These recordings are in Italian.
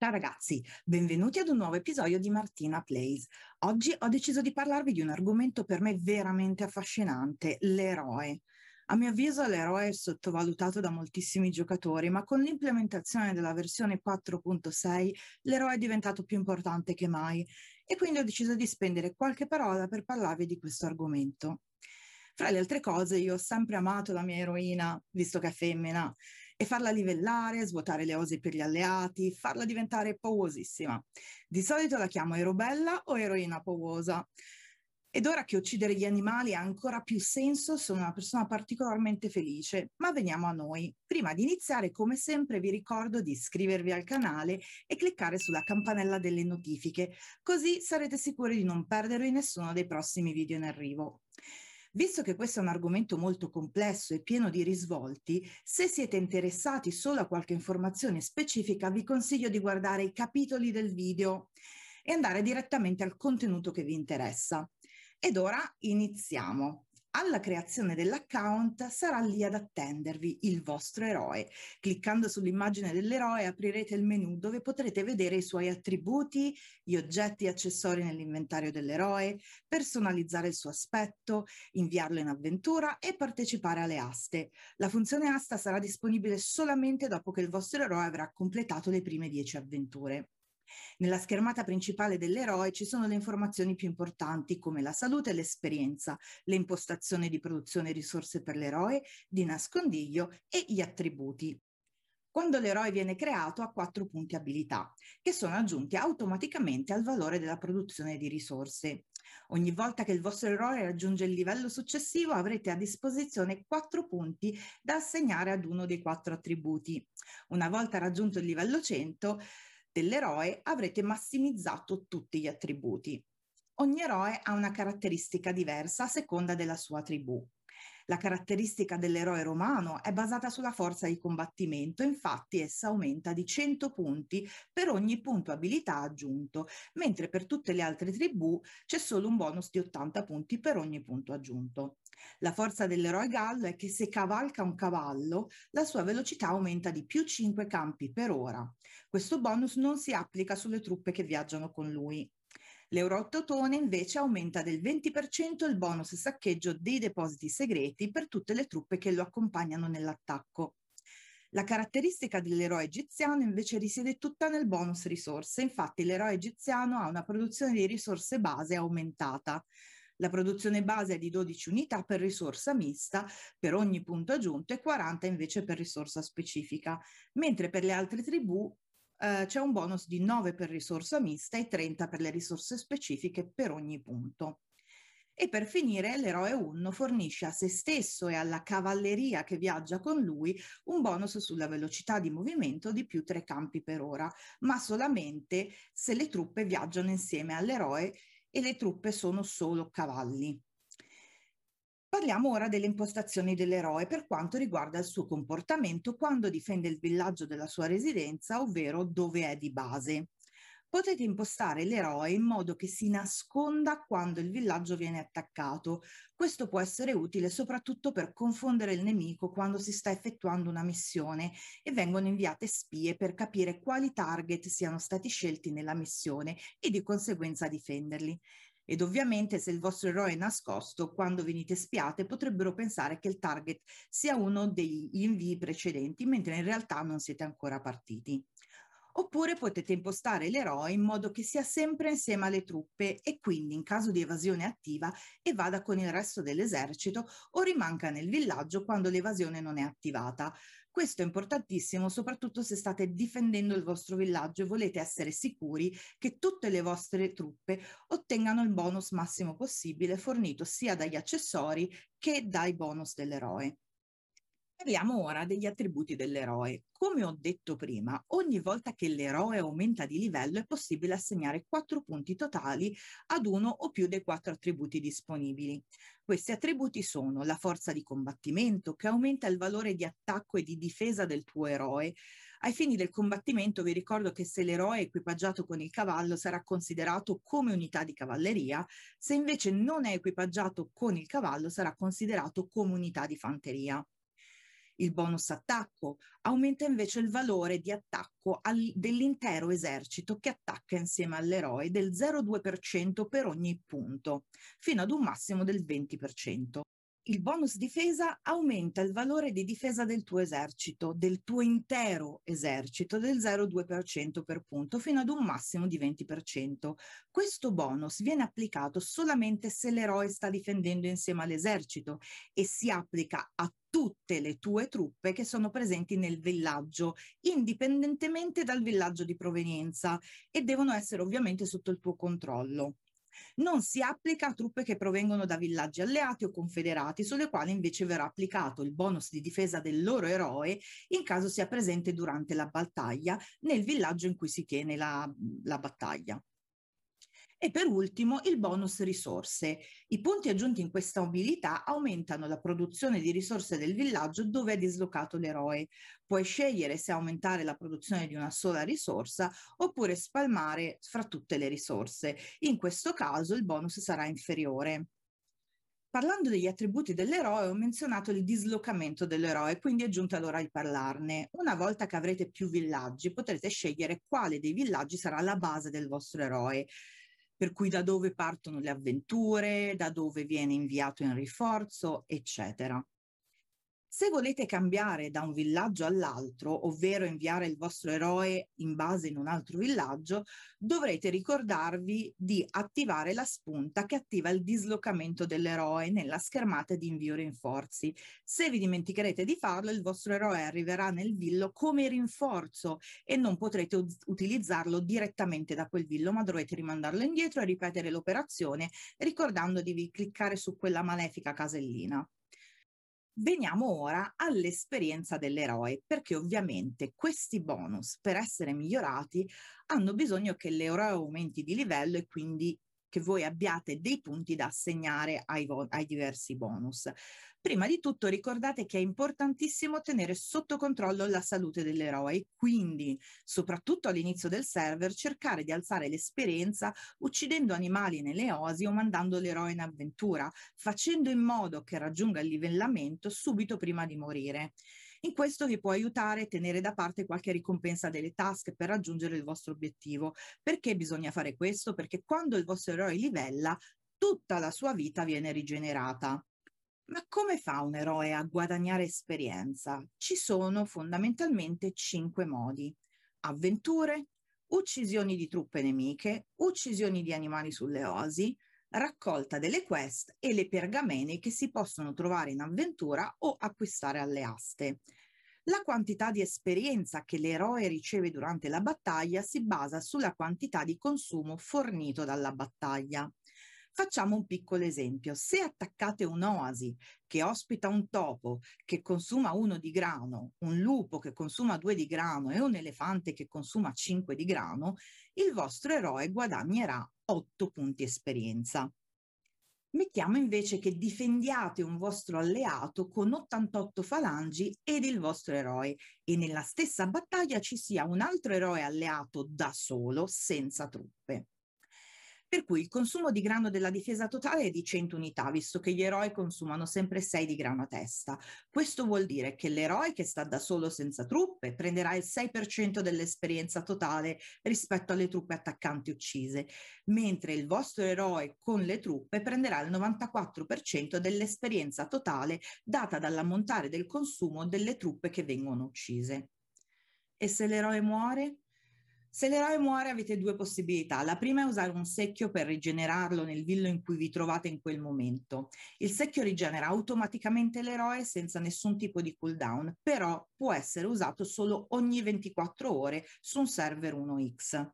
Ciao ragazzi, benvenuti ad un nuovo episodio di Martina Plays. Oggi ho deciso di parlarvi di un argomento per me veramente affascinante, l'eroe. A mio avviso l'eroe è sottovalutato da moltissimi giocatori, ma con l'implementazione della versione 4.6 l'eroe è diventato più importante che mai e quindi ho deciso di spendere qualche parola per parlarvi di questo argomento. Fra le altre cose, io ho sempre amato la mia eroina, visto che è femmina, e farla livellare, svuotare le osi per gli alleati, farla diventare pauosissima. Di solito la chiamo Erobella o eroina pauosa. Ed ora che uccidere gli animali ha ancora più senso, sono una persona particolarmente felice. Ma veniamo a noi. Prima di iniziare, come sempre, vi ricordo di iscrivervi al canale e cliccare sulla campanella delle notifiche, così sarete sicuri di non perdere nessuno dei prossimi video in arrivo. Visto che questo è un argomento molto complesso e pieno di risvolti, se siete interessati solo a qualche informazione specifica, vi consiglio di guardare i capitoli del video e andare direttamente al contenuto che vi interessa. Ed ora iniziamo. Alla creazione dell'account sarà lì ad attendervi il vostro eroe. Cliccando sull'immagine dell'eroe aprirete il menu dove potrete vedere i suoi attributi, gli oggetti e accessori nell'inventario dell'eroe, personalizzare il suo aspetto, inviarlo in avventura e partecipare alle aste. La funzione asta sarà disponibile solamente dopo che il vostro eroe avrà completato le prime 10 avventure. Nella schermata principale dell'eroe ci sono le informazioni più importanti come la salute e l'esperienza, le impostazioni di produzione e risorse per l'eroe, di nascondiglio e gli attributi. Quando l'eroe viene creato ha 4 punti abilità, che sono aggiunti automaticamente al valore della produzione di risorse. Ogni volta che il vostro eroe raggiunge il livello successivo avrete a disposizione 4 punti da assegnare ad uno dei 4 attributi. Una volta raggiunto il livello 100 dell'eroe avrete massimizzato tutti gli attributi. Ogni eroe ha una caratteristica diversa a seconda della sua tribù. La caratteristica dell'eroe romano è basata sulla forza di combattimento, infatti essa aumenta di 100 punti per ogni punto abilità aggiunto, mentre per tutte le altre tribù c'è solo un bonus di 80 punti per ogni punto aggiunto. La forza dell'eroe gallo è che se cavalca un cavallo, la sua velocità aumenta di più 5 campi per ora. Questo bonus non si applica sulle truppe che viaggiano con lui. L'Eurototone invece aumenta del 20% il bonus saccheggio dei depositi segreti per tutte le truppe che lo accompagnano nell'attacco. La caratteristica dell'eroe egiziano invece risiede tutta nel bonus risorse, infatti l'eroe egiziano ha una produzione di risorse base aumentata. La produzione base è di 12 unità per risorsa mista per ogni punto aggiunto e 40 invece per risorsa specifica, mentre per le altre tribù c'è un bonus di 9 per risorsa mista e 30 per le risorse specifiche per ogni punto. E per finire, l'eroe Unno fornisce a se stesso e alla cavalleria che viaggia con lui un bonus sulla velocità di movimento di più 3 campi per ora, ma solamente se le truppe viaggiano insieme all'eroe e le truppe sono solo cavalli. Parliamo ora delle impostazioni dell'eroe per quanto riguarda il suo comportamento quando difende il villaggio della sua residenza, ovvero dove è di base. Potete impostare l'eroe in modo che si nasconda quando il villaggio viene attaccato. Questo può essere utile soprattutto per confondere il nemico quando si sta effettuando una missione e vengono inviate spie per capire quali target siano stati scelti nella missione e di conseguenza difenderli. Ed ovviamente se il vostro eroe è nascosto, quando venite spiate potrebbero pensare che il target sia uno degli invii precedenti, mentre in realtà non siete ancora partiti. Oppure potete impostare l'eroe in modo che sia sempre insieme alle truppe e quindi in caso di evasione attiva evada con il resto dell'esercito o rimanga nel villaggio quando l'evasione non è attivata. Questo è importantissimo soprattutto se state difendendo il vostro villaggio e volete essere sicuri che tutte le vostre truppe ottengano il bonus massimo possibile fornito sia dagli accessori che dai bonus dell'eroe. Parliamo ora degli attributi dell'eroe. Come ho detto prima, ogni volta che l'eroe aumenta di livello è possibile assegnare 4 punti totali ad uno o più dei 4 attributi disponibili. Questi attributi sono la forza di combattimento, che aumenta il valore di attacco e di difesa del tuo eroe. Ai fini del combattimento vi ricordo che se l'eroe è equipaggiato con il cavallo sarà considerato come unità di cavalleria, se invece non è equipaggiato con il cavallo sarà considerato come unità di fanteria. Il bonus attacco aumenta invece il valore di attacco dell'intero esercito che attacca insieme all'eroe del 0,2% per ogni punto, fino ad un massimo del 20%. Il bonus difesa aumenta il valore di difesa del tuo esercito, del tuo intero esercito, del 0,2% per punto, fino ad un massimo di 20%. Questo bonus viene applicato solamente se l'eroe sta difendendo insieme all'esercito e si applica a tutte le tue truppe che sono presenti nel villaggio, indipendentemente dal villaggio di provenienza, e devono essere ovviamente sotto il tuo controllo. Non si applica a truppe che provengono da villaggi alleati o confederati, sulle quali invece verrà applicato il bonus di difesa del loro eroe in caso sia presente durante la battaglia nel villaggio in cui si tiene la battaglia. E per ultimo il bonus risorse. I punti aggiunti in questa abilità aumentano la produzione di risorse del villaggio dove è dislocato l'eroe. Puoi scegliere se aumentare la produzione di una sola risorsa oppure spalmare fra tutte le risorse. In questo caso il bonus sarà inferiore. Parlando degli attributi dell'eroe, ho menzionato il dislocamento dell'eroe, quindi è giunta l'ora di parlarne. Una volta che avrete più villaggi, potrete scegliere quale dei villaggi sarà la base del vostro eroe, per cui da dove partono le avventure, da dove viene inviato in rinforzo, eccetera. Se volete cambiare da un villaggio all'altro, ovvero inviare il vostro eroe in base in un altro villaggio, dovrete ricordarvi di attivare la spunta che attiva il dislocamento dell'eroe nella schermata di invio rinforzi. Se vi dimenticherete di farlo, il vostro eroe arriverà nel villo come rinforzo e non potrete utilizzarlo direttamente da quel villo, ma dovrete rimandarlo indietro e ripetere l'operazione, ricordandovi di cliccare su quella malefica casellina. Veniamo ora all'esperienza dell'eroe, perché ovviamente questi bonus, per essere migliorati, hanno bisogno che l'eroe aumenti di livello e quindi che voi abbiate dei punti da assegnare ai diversi bonus. Prima di tutto ricordate che è importantissimo tenere sotto controllo la salute dell'eroe, quindi soprattutto all'inizio del server cercare di alzare l'esperienza uccidendo animali nelle oasi o mandando l'eroe in avventura, facendo in modo che raggiunga il livellamento subito prima di morire. In questo vi può aiutare tenere da parte qualche ricompensa delle task per raggiungere il vostro obiettivo. Perché bisogna fare questo? Perché quando il vostro eroe livella, tutta la sua vita viene rigenerata. Ma come fa un eroe a guadagnare esperienza? Ci sono fondamentalmente 5 modi: avventure, uccisioni di truppe nemiche, uccisioni di animali sulle oasi, raccolta delle quest e le pergamene che si possono trovare in avventura o acquistare alle aste. La quantità di esperienza che l'eroe riceve durante la battaglia si basa sulla quantità di consumo fornito dalla battaglia. Facciamo un piccolo esempio. Se attaccate un'oasi che ospita un topo che consuma 1 di grano, un lupo che consuma 2 di grano e un elefante che consuma 5 di grano, il vostro eroe guadagnerà 8 punti esperienza. Mettiamo invece che difendiate un vostro alleato con 88 falangi ed il vostro eroe e nella stessa battaglia ci sia un altro eroe alleato da solo, senza truppe. Per cui il consumo di grano della difesa totale è di 100 unità, visto che gli eroi consumano sempre 6 di grano a testa. Questo vuol dire che l'eroe che sta da solo senza truppe prenderà il 6% dell'esperienza totale rispetto alle truppe attaccanti uccise, mentre il vostro eroe con le truppe prenderà il 94% dell'esperienza totale data dall'ammontare del consumo delle truppe che vengono uccise. E se l'eroe muore? Se l'eroe muore avete 2 possibilità. La prima è usare un secchio per rigenerarlo nel villo in cui vi trovate in quel momento. Il secchio rigenera automaticamente l'eroe senza nessun tipo di cooldown, però può essere usato solo ogni 24 ore su un server 1x.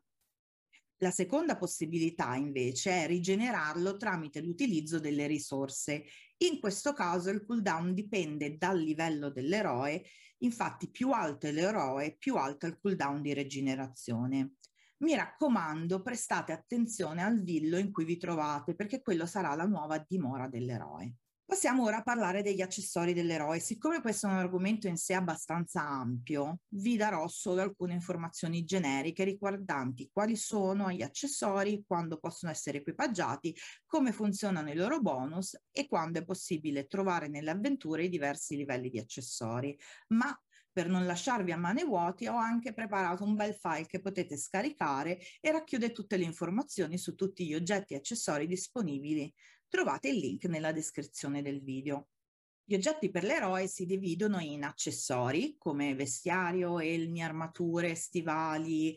La seconda possibilità invece è rigenerarlo tramite l'utilizzo delle risorse. In questo caso il cooldown dipende dal livello dell'eroe, infatti più alto è l'eroe, più alto è il cooldown di rigenerazione. Mi raccomando, prestate attenzione al villo in cui vi trovate, perché quello sarà la nuova dimora dell'eroe. Passiamo ora a parlare degli accessori dell'eroe. Siccome questo è un argomento in sé abbastanza ampio, vi darò solo alcune informazioni generiche riguardanti quali sono gli accessori, quando possono essere equipaggiati, come funzionano i loro bonus e quando è possibile trovare nelle avventure i diversi livelli di accessori. Ma per non lasciarvi a mani vuoti, ho anche preparato un bel file che potete scaricare e racchiude tutte le informazioni su tutti gli oggetti e accessori disponibili. Trovate il link nella descrizione del video. Gli oggetti per l'eroe si dividono in accessori come vestiario, elmi, armature, stivali,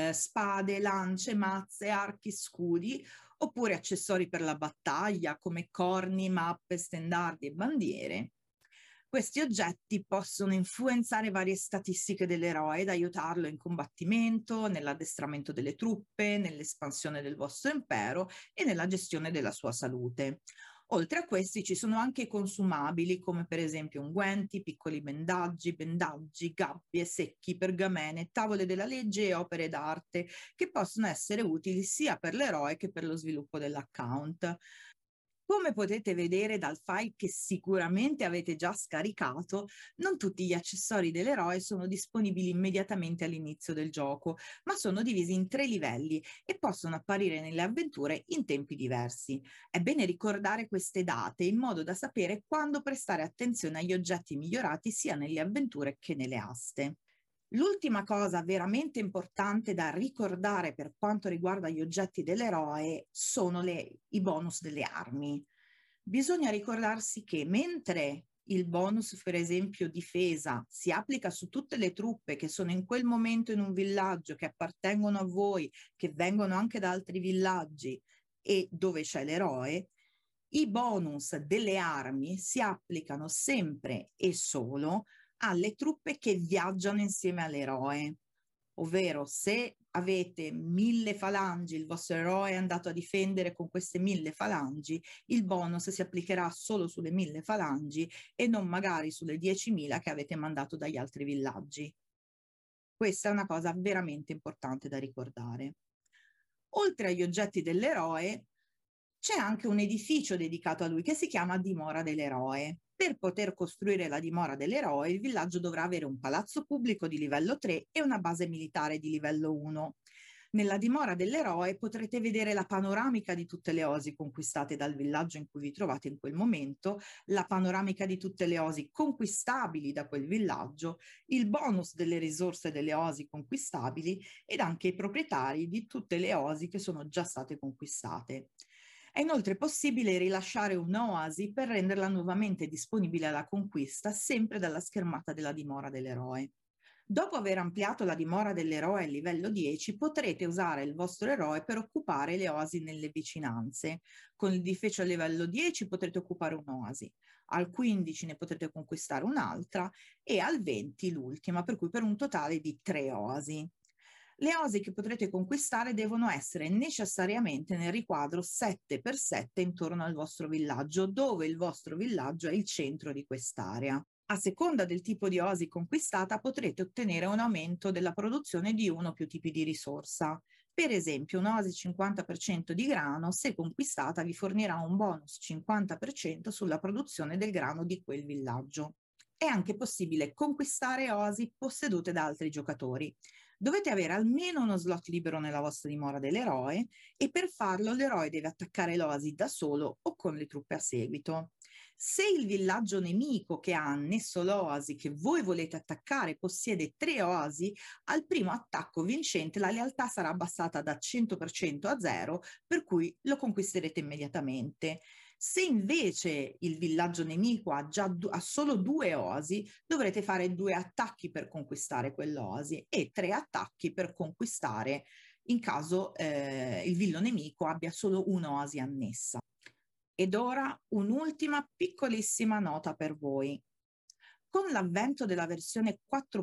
spade, lance, mazze, archi, scudi, oppure accessori per la battaglia come corni, mappe, stendardi e bandiere. Questi oggetti possono influenzare varie statistiche dell'eroe ed aiutarlo in combattimento, nell'addestramento delle truppe, nell'espansione del vostro impero e nella gestione della sua salute. Oltre a questi ci sono anche i consumabili come per esempio unguenti, piccoli bendaggi, gabbie, secchi, pergamene, tavole della legge e opere d'arte che possono essere utili sia per l'eroe che per lo sviluppo dell'account. Come potete vedere dal file che sicuramente avete già scaricato, non tutti gli accessori dell'eroe sono disponibili immediatamente all'inizio del gioco, ma sono divisi in 3 livelli e possono apparire nelle avventure in tempi diversi. È bene ricordare queste date in modo da sapere quando prestare attenzione agli oggetti migliorati sia nelle avventure che nelle aste. L'ultima cosa veramente importante da ricordare per quanto riguarda gli oggetti dell'eroe sono i bonus delle armi. Bisogna ricordarsi che mentre il bonus, per esempio, difesa, si applica su tutte le truppe che sono in quel momento in un villaggio, che appartengono a voi, che vengono anche da altri villaggi e dove c'è l'eroe, i bonus delle armi si applicano sempre e solo alle truppe che viaggiano insieme all'eroe. Ovvero, se avete 1.000 falangi, il vostro eroe è andato a difendere con queste 1.000 falangi, il bonus si applicherà solo sulle 1.000 falangi e non magari sulle 10.000 che avete mandato dagli altri villaggi. Questa è una cosa veramente importante da ricordare. Oltre agli oggetti dell'eroe, c'è anche un edificio dedicato a lui che si chiama Dimora dell'Eroe. Per poter costruire la dimora dell'eroe, il villaggio dovrà avere un palazzo pubblico di livello 3 e una base militare di livello 1. Nella dimora dell'eroe potrete vedere la panoramica di tutte le osi conquistate dal villaggio in cui vi trovate in quel momento, la panoramica di tutte le osi conquistabili da quel villaggio, il bonus delle risorse delle osi conquistabili ed anche i proprietari di tutte le osi che sono già state conquistate. È inoltre possibile rilasciare un'oasi per renderla nuovamente disponibile alla conquista sempre dalla schermata della dimora dell'eroe. Dopo aver ampliato la dimora dell'eroe al livello 10, potrete usare il vostro eroe per occupare le oasi nelle vicinanze. Con il difecio a livello 10 potrete occupare un'oasi, al 15 ne potrete conquistare un'altra e al 20 l'ultima, per cui per un totale di 3 oasi. Le osi che potrete conquistare devono essere necessariamente nel riquadro 7x7 intorno al vostro villaggio, dove il vostro villaggio è il centro di quest'area. A seconda del tipo di osi conquistata potrete ottenere un aumento della produzione di uno o più tipi di risorsa. Per esempio, un'osi 50% di grano, se conquistata, vi fornirà un bonus 50% sulla produzione del grano di quel villaggio. È anche possibile conquistare osi possedute da altri giocatori. Dovete avere almeno uno slot libero nella vostra dimora dell'eroe e per farlo l'eroe deve attaccare l'oasi da solo o con le truppe a seguito. Se il villaggio nemico che ha annesso l'oasi che voi volete attaccare possiede 3 oasi, al primo attacco vincente la lealtà sarà abbassata da 100% a 0, per cui lo conquisterete immediatamente. Se invece il villaggio nemico ha solo 2 oasi, dovrete fare 2 attacchi per conquistare quell'oasi e 3 attacchi per conquistare in caso il villo nemico abbia solo un'oasi annessa. Ed ora un'ultima piccolissima nota per voi. Con l'avvento della versione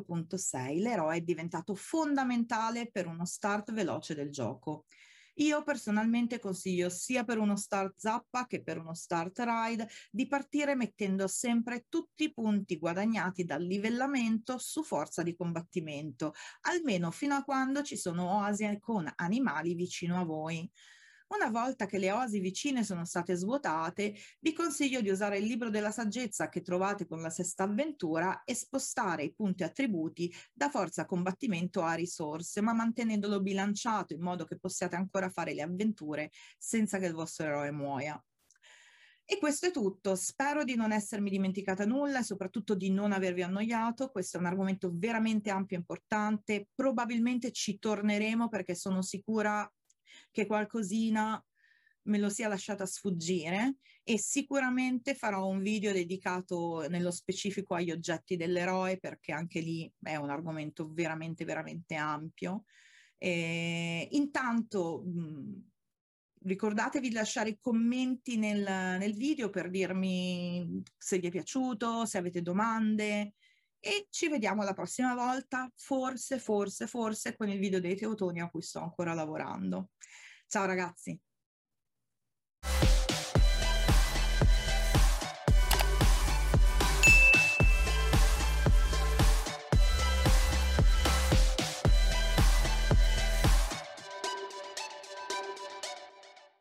4.6 l'eroe è diventato fondamentale per uno start veloce del gioco. Io personalmente consiglio sia per uno start zappa che per uno start ride di partire mettendo sempre tutti i punti guadagnati dal livellamento su forza di combattimento, almeno fino a quando ci sono oasi con animali vicino a voi. Una volta che le osi vicine sono state svuotate, vi consiglio di usare il libro della saggezza che trovate con la sesta avventura e spostare i punti attributi da forza combattimento a risorse, ma mantenendolo bilanciato in modo che possiate ancora fare le avventure senza che il vostro eroe muoia. E questo è tutto, spero di non essermi dimenticata nulla e soprattutto di non avervi annoiato. Questo è un argomento veramente ampio e importante, probabilmente ci torneremo perché sono sicura che qualcosina me lo sia lasciata sfuggire e sicuramente farò un video dedicato nello specifico agli oggetti dell'eroe perché anche lì è un argomento veramente veramente ampio. Intanto ricordatevi di lasciare i commenti nel video per dirmi se vi è piaciuto, se avete domande e ci vediamo la prossima volta, forse con il video dei Teutoni a cui sto ancora lavorando. Ciao ragazzi!